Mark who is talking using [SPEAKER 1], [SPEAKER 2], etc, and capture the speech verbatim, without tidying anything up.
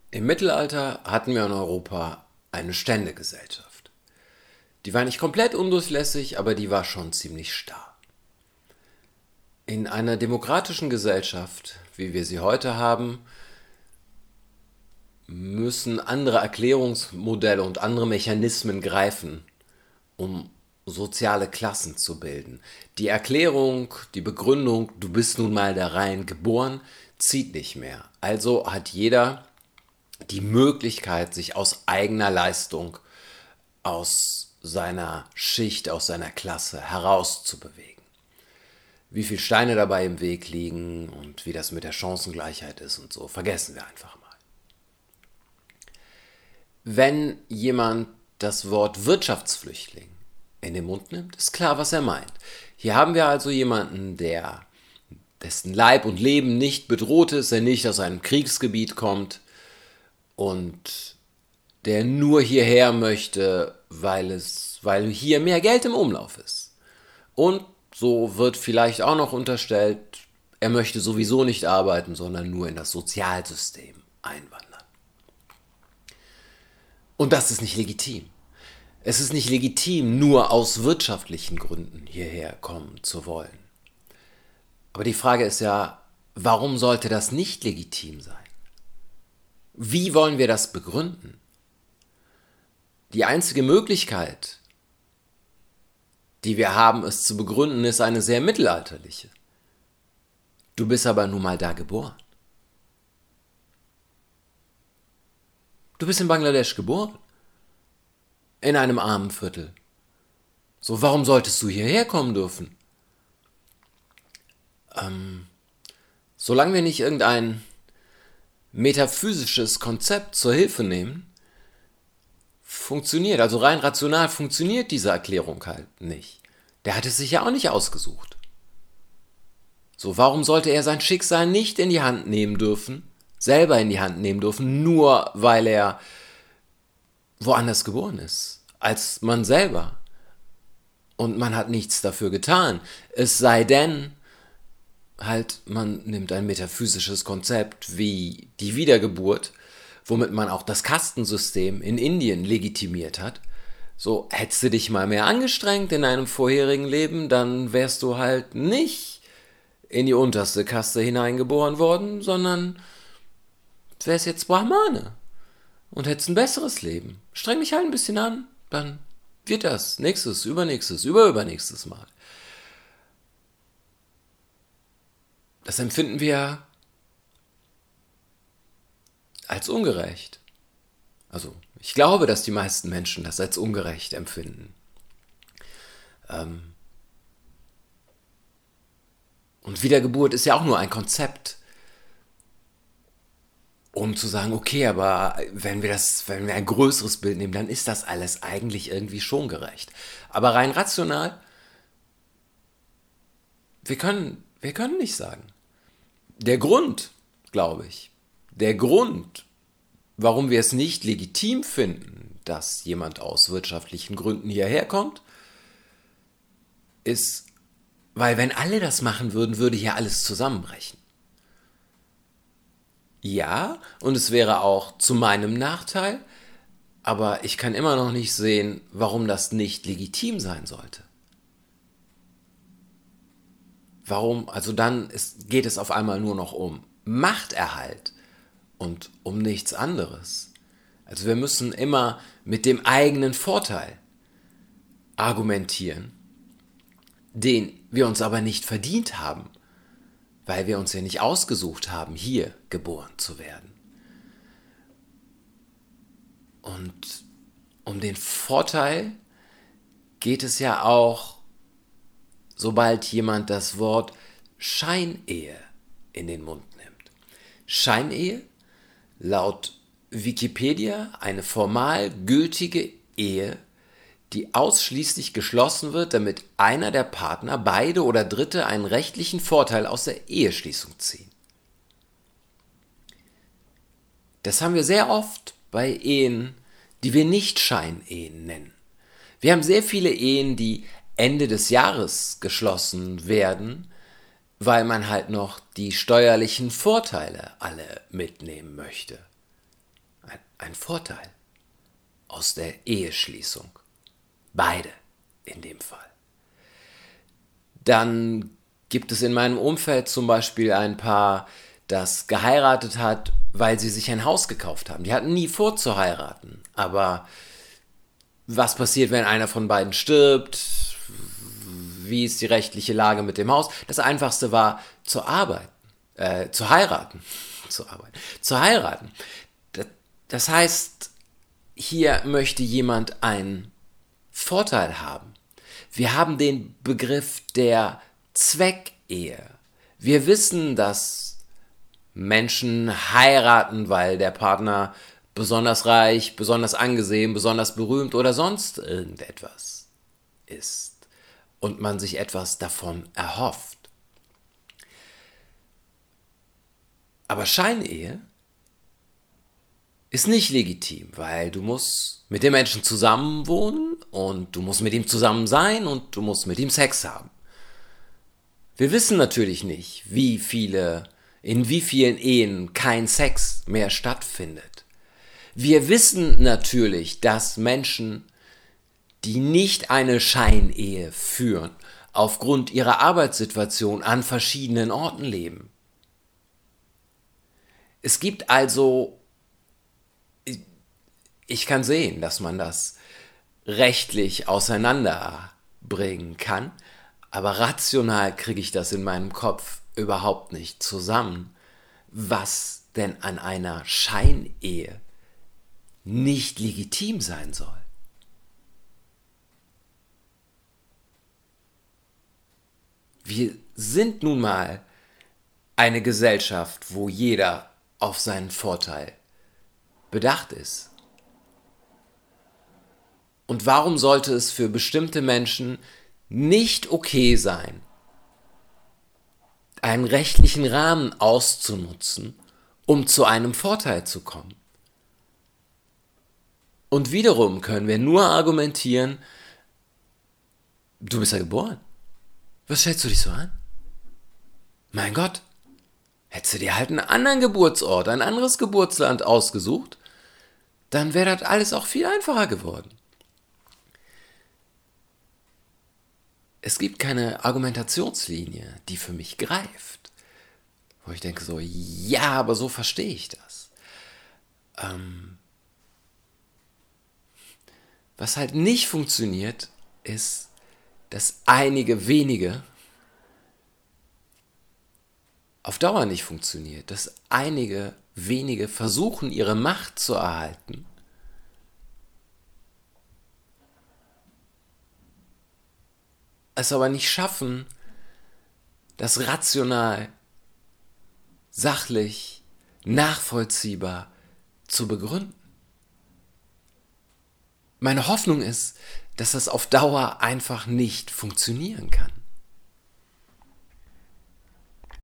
[SPEAKER 1] Im Mittelalter hatten wir in Europa eine Ständegesellschaft. Die war nicht komplett undurchlässig, aber die war schon ziemlich starr. In einer demokratischen Gesellschaft, wie wir sie heute haben, müssen andere Erklärungsmodelle und andere Mechanismen greifen, um soziale Klassen zu bilden. Die Erklärung, die Begründung, du bist nun mal da rein geboren, zieht nicht mehr. Also hat jeder die Möglichkeit, sich aus eigener Leistung, aus seiner Schicht, aus seiner Klasse herauszubewegen. Wie viele Steine dabei im Weg liegen und wie das mit der Chancengleichheit ist und so, vergessen wir einfach mal. Wenn jemand das Wort Wirtschaftsflüchtling in den Mund nimmt, ist klar, was er meint. Hier haben wir also jemanden, der, dessen Leib und Leben nicht bedroht ist, der nicht aus einem Kriegsgebiet kommt und der nur hierher möchte, weil es, weil hier mehr Geld im Umlauf ist. Und so wird vielleicht auch noch unterstellt, er möchte sowieso nicht arbeiten, sondern nur in das Sozialsystem einwandern. Und das ist nicht legitim. Es ist nicht legitim, nur aus wirtschaftlichen Gründen hierher kommen zu wollen. Aber die Frage ist ja, warum sollte das nicht legitim sein? Wie wollen wir das begründen? Die einzige Möglichkeit, die wir haben, es zu begründen, ist eine sehr mittelalterliche. Du bist aber nun mal da geboren. Du bist in Bangladesch geboren. In einem armen Viertel. So, warum solltest du hierher kommen dürfen? Ähm, solange wir nicht irgendein metaphysisches Konzept zur Hilfe nehmen, funktioniert, also rein rational funktioniert diese Erklärung halt nicht. Der hat es sich ja auch nicht ausgesucht. So, warum sollte er sein Schicksal nicht in die Hand nehmen dürfen, selber in die Hand nehmen dürfen, nur weil er woanders geboren ist, als man selber. Und man hat nichts dafür getan. Es sei denn, halt, man nimmt ein metaphysisches Konzept wie die Wiedergeburt, womit man auch das Kastensystem in Indien legitimiert hat. So, hättest du dich mal mehr angestrengt in einem vorherigen Leben, dann wärst du halt nicht in die unterste Kaste hineingeboren worden, sondern wärst jetzt Brahmane und hättest ein besseres Leben. Streng dich halt ein bisschen an, dann wird das nächstes, übernächstes, überübernächstes Mal. Das empfinden wir als ungerecht. Also, ich glaube, dass die meisten Menschen das als ungerecht empfinden. Ähm und Wiedergeburt ist ja auch nur ein Konzept, um zu sagen, okay, aber wenn wir das, wenn wir ein größeres Bild nehmen, dann ist das alles eigentlich irgendwie schon gerecht. Aber rein rational, wir können, wir können nicht sagen. Der Grund, glaube ich, der Grund, warum wir es nicht legitim finden, dass jemand aus wirtschaftlichen Gründen hierher kommt, ist, weil wenn alle das machen würden, würde hier alles zusammenbrechen. Ja, und es wäre auch zu meinem Nachteil, aber ich kann immer noch nicht sehen, warum das nicht legitim sein sollte. Warum? Also dann ist, geht es auf einmal nur noch um Machterhalt und um nichts anderes. Also wir müssen immer mit dem eigenen Vorteil argumentieren, den wir uns aber nicht verdient haben, weil wir uns ja nicht ausgesucht haben, hier geboren zu werden. Und um den Vorteil geht es ja auch, sobald jemand das Wort Scheinehe in den Mund nimmt. Scheinehe, laut Wikipedia, eine formal gültige Ehe, die ausschließlich geschlossen wird, damit einer der Partner, beide oder Dritte, einen rechtlichen Vorteil aus der Eheschließung ziehen. Das haben wir sehr oft bei Ehen, die wir nicht Scheinehen nennen. Wir haben sehr viele Ehen, die Ende des Jahres geschlossen werden, weil man halt noch die steuerlichen Vorteile alle mitnehmen möchte. ein, ein Vorteil aus der Eheschließung. Beide in dem Fall. Dann gibt es in meinem Umfeld zum Beispiel ein Paar, das geheiratet hat, weil sie sich ein Haus gekauft haben. Die hatten nie vor zu heiraten. Aber was passiert, wenn einer von beiden stirbt? Wie ist die rechtliche Lage mit dem Haus? Das Einfachste war, zu arbeiten, äh, zu heiraten. zu arbeiten, zu heiraten. Das, das heißt, hier möchte jemand einen Vorteil haben. Wir haben den Begriff der Zweckehe. Wir wissen, dass Menschen heiraten, weil der Partner besonders reich, besonders angesehen, besonders berühmt oder sonst irgendetwas ist und man sich etwas davon erhofft. Aber Scheinehe ist nicht legitim, weil du musst mit dem Menschen zusammenwohnen und du musst mit ihm zusammen sein und du musst mit ihm Sex haben. Wir wissen natürlich nicht, wie viele, in wie vielen Ehen kein Sex mehr stattfindet. Wir wissen natürlich, dass Menschen, die nicht eine Scheinehe führen, aufgrund ihrer Arbeitssituation an verschiedenen Orten leben. Es gibt also, ich kann sehen, dass man das rechtlich auseinanderbringen kann, aber rational kriege ich das in meinem Kopf überhaupt nicht zusammen, was denn an einer Scheinehe nicht legitim sein soll. Wir sind nun mal eine Gesellschaft, wo jeder auf seinen Vorteil bedacht ist. Und warum sollte es für bestimmte Menschen nicht okay sein, einen rechtlichen Rahmen auszunutzen, um zu einem Vorteil zu kommen? Und wiederum können wir nur argumentieren, du bist ja geboren. Was stellst du dich so an? Mein Gott, hättest du dir halt einen anderen Geburtsort, ein anderes Geburtsland ausgesucht, dann wäre das alles auch viel einfacher geworden. Es gibt keine Argumentationslinie, die für mich greift, wo ich denke so, ja, aber so verstehe ich das. Ähm, was halt nicht funktioniert, ist, dass einige wenige auf Dauer nicht funktioniert, dass einige wenige versuchen, ihre Macht zu erhalten, es aber nicht schaffen, das rational, sachlich, nachvollziehbar zu begründen. Meine Hoffnung ist, dass das auf Dauer einfach nicht funktionieren kann.